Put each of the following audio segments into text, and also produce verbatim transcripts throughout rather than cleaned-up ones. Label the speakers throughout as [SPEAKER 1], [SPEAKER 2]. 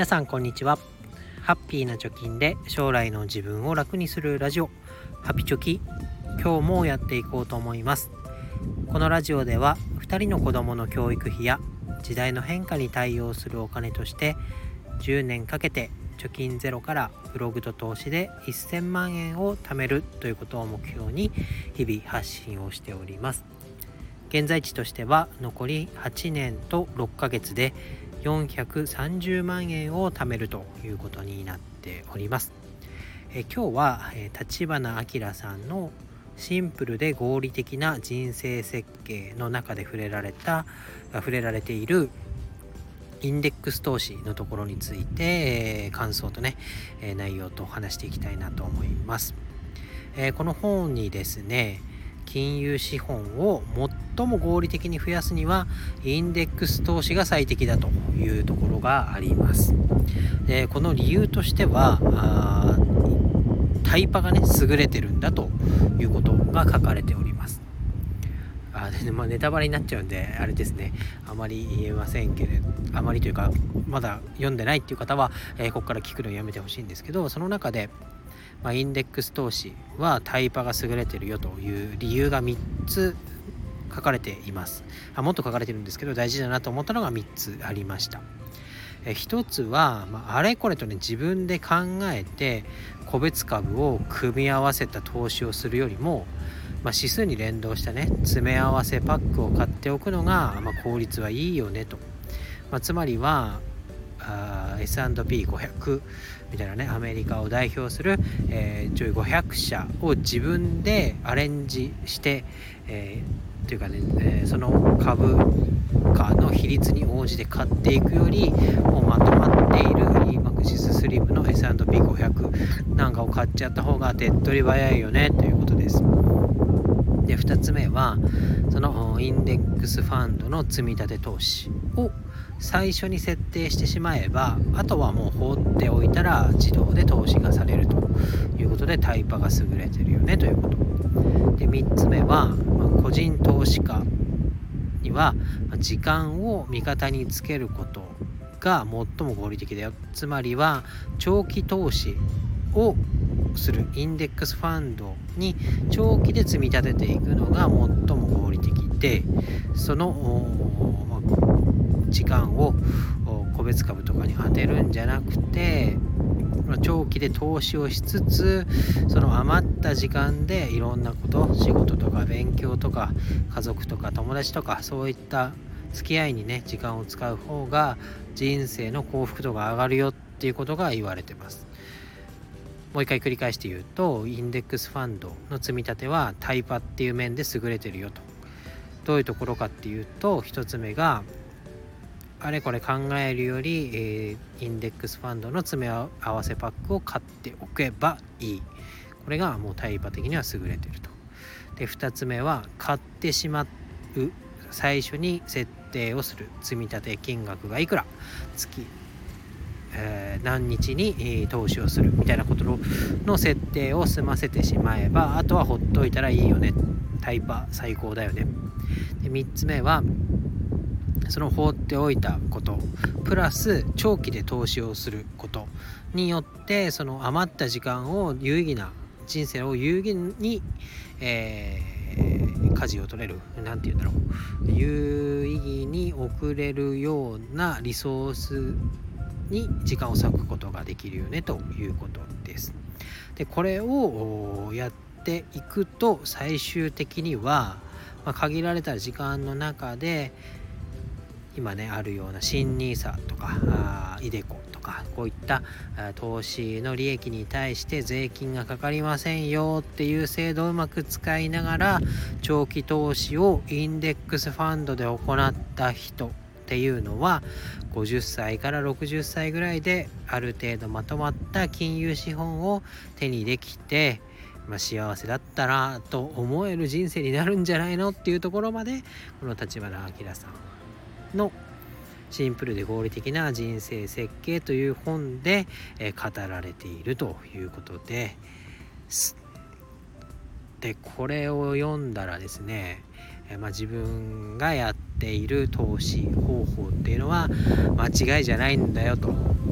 [SPEAKER 1] 皆さんこんにちは。ハッピーな貯金で将来の自分を楽にするラジオ、ハピチョキ、今日もやっていこうと思います。このラジオではふたりの子供の教育費や時代の変化に対応するお金としてじゅうねんかけて貯金ゼロからブログと投資でせんまんえんを貯めるということを目標に日々発信をしております。現在地としては残りはちねんとろっかげつでよんひゃくさんじゅうまんえんを貯めるということになっております。え今日は立花明さんのシンプルで合理的な人生設計の中で触れられた触れられているインデックス投資のところについて、えー、感想とね、えー、内容と話していきたいなと思います。えー、この本にですね、金融資本を最も合理的に増やすにはインデックス投資が最適だというところがあります。でこの理由としてはあタイパがね優れてるんだということが書かれております。あで、まあ、ネタバレになっちゃうんであれですね、あまり言えませんけれど、あまりというかまだ読んでないっていう方は、えー、ここから聞くのをやめてほしいんですけど、その中でまあ、インデックス投資はタイパが優れてるよという理由がみっつ書かれています。あもっと書かれてるんですけど大事だなと思ったのがみっつありました。えひとつは、まあ、あれこれとね自分で考えて個別株を組み合わせた投資をするよりも、まあ、指数に連動したね詰め合わせパックを買っておくのが、まあ、効率はいいよねと、まあ、つまりはあ エスアンドピーごひゃく みたいなねアメリカを代表する、えー、上位ごひゃくしゃを自分でアレンジして、えー、というかね、えー、その株価の比率に応じて買っていくよりもうまとまっている イーマクシス スリムの エスアンドピーごひゃく なんかを買っちゃった方が手っ取り早いよねということです。でふたつめはそのインデックスファンドの積み立て投資を最初に設定してしまえばあとはもう放っておいたら自動で投資がされるということでタイパが優れてるよねということで、みっつめは、まあ、個人投資家には時間を味方につけることが最も合理的だよ。つまりは長期投資をするインデックスファンドに長期で積み立てていくのが最も合理的で、その、まあ、時間を個別株とかに当てるんじゃなくて長期で投資をしつつその余った時間でいろんなこと仕事とか勉強とか家族とか友達とかそういった付き合いにね時間を使う方が人生の幸福度が上がるよっていうことが言われてます。もう一回繰り返して言うとインデックスファンドの積み立てはタイパっていう面で優れてるよと。どういうところかっていうと一つ目があれこれ考えるより、えー、インデックスファンドの詰め合わせパックを買っておけばいい。これがもうタイパ的には優れてると。でふたつめは買ってしまう最初に設定をする積み立て金額がいくら月えー、何日に、えー、投資をするみたいなことの設定を済ませてしまえばあとはほっといたらいいよね。タイパ最高だよね。でみっつめはその放っておいたことプラス長期で投資をすることによってその余った時間を有意義な人生を有意義に、えー、舵を取れるなんて言うんだろう有意義に送れるようなリソースに時間を割くことができるよねということです。でこれをやっていくと最終的には、まあ、限られた時間の中で今ねあるような新ニーサとかあイデコとかこういった投資の利益に対して税金がかかりませんよっていう制度をうまく使いながら長期投資をインデックスファンドで行った人っていうのはごじゅっさいからろくじゅっさいぐらいである程度まとまった金融資本を手にできて、まあ、幸せだったなと思える人生になるんじゃないのっていうところまでこの立花明さんのシンプルで合理的な人生設計という本で、えー、語られているということですでこれを読んだらですね、えーまあ、自分がやっている投資方法っていうのは間違いじゃないんだよと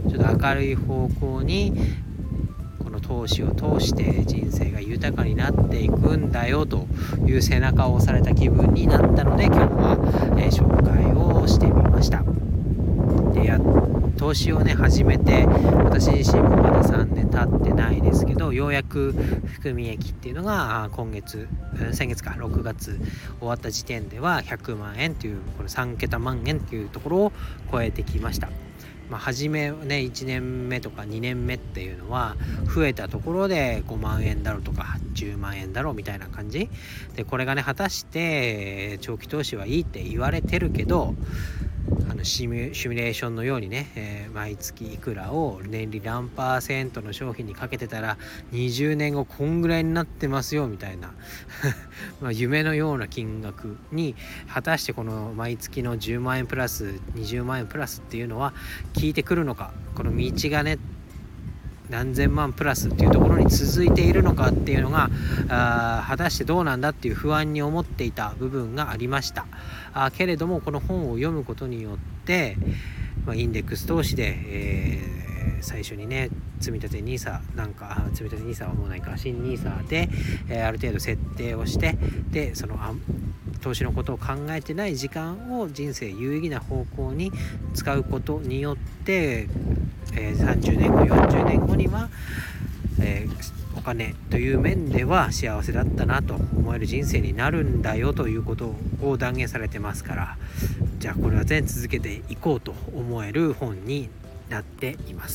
[SPEAKER 1] ちょっと明るい方向にこの投資を通して人生が豊かになっていくんだよという背中を押された気分になったので、今日は、えー、紹介をしてみました。でや投資をね始めて、私自身もまださんねん経ってないですけど、ようやく含み益っていうのが今月先月かろくがつ終わった時点ではひゃくまんえんという、このさんけた万円というところを超えてきました。まあ、初めねいちねんめとかにねんめっていうのは増えたところでごまんえんだろうとかじゅうまんえんだろうみたいな感じで、これがね果たして長期投資はいいって言われてるけど、あのシミュ、シミュレーションのようにね、えー、毎月いくらを年利何パーセントの商品にかけてたらにじゅうねんごこんぐらいになってますよみたいなまあ夢のような金額に、果たしてこの毎月のじゅうまんえんプラスにじゅうまんえんプラスっていうのは効いてくるのか、この道がね何千万プラスっていうところに続いているのかっていうのがあ果たしてどうなんだっていう不安に思っていた部分がありました。あけれどもこの本を読むことによって、まあ、インデックス投資で、えー、最初にね積立 ニーサ なんか積立 ニーサ はもうないか新 ニーサ で、えー、ある程度設定をして、でそのあ投資のことを考えてない時間を人生有意義な方向に使うことによって、えー、さんじゅうねんごよんじゅうねんごには、えー、お金という面では幸せだったなと思える人生になるんだよということを断言されてますから、じゃあこれは全続けていこうと思える本になっています。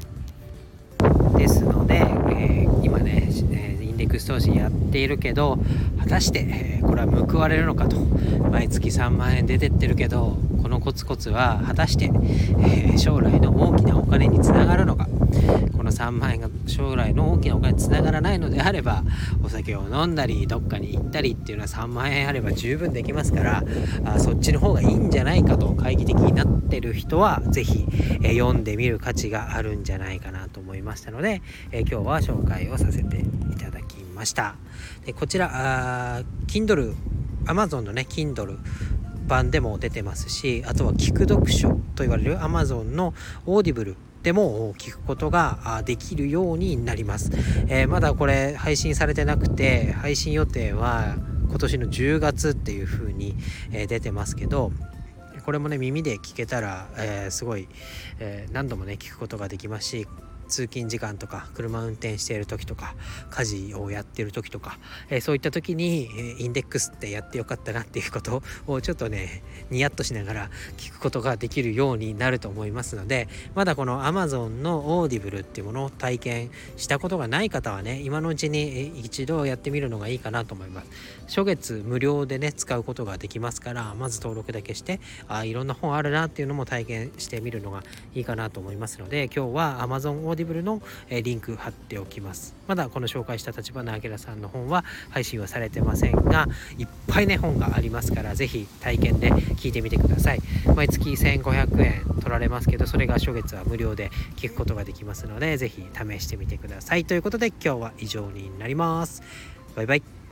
[SPEAKER 1] ですので、えー、今ね、えー、インデックス投資やっているけど果たして、えー、これは報われるのかと、毎月さんまんえん出てってるけどこのコツコツは果たして、えー、将来の大きなお金につながるのか、このさんまんえんが将来の大きなお金につながらないのであれば、お酒を飲んだりどっかに行ったりっていうのはさんまんえんあれば十分できますから、あそっちの方がいいんじゃないかと懐疑的になってる人はぜひ、えー、読んでみる価値があるんじゃないかなと思いましたので、えー、今日は紹介をさせていただきました。でこちらあ Kindle Amazon のね Kindle版でも出てますし、あとは聞く読書と言われる Amazon の Audibleでも聞くことができるようになります。えー、まだこれ配信されてなくて、配信予定は今年のじゅうがつっていう風に、えー、出てますけど、これもね耳で聞けたら、えー、すごい、えー、何度もね聞くことができますし、通勤時間とか車運転している時とか家事をやっている時とか、えー、そういった時に、えー、インデックスってやってよかったなっていうことをちょっとねニヤッとしながら聞くことができるようになると思いますので、まだこの Amazon の Audible っていうものを体験したことがない方はね、今のうちに一度やってみるのがいいかなと思います。初月無料でね使うことができますから、まず登録だけしてあいろんな本あるなっていうのも体験してみるのがいいかなと思いますので、今日は Amazon Audible のリンク貼っておきます。まだこの紹介した立花明さんの本は配信はされてませんが、いっぱいね本がありますから、ぜひ体験で聞いてみてください。毎月せんごひゃくえん取られますけど、それが初月は無料で聞くことができますので、ぜひ試してみてください。ということで今日は以上になります。バイバイ。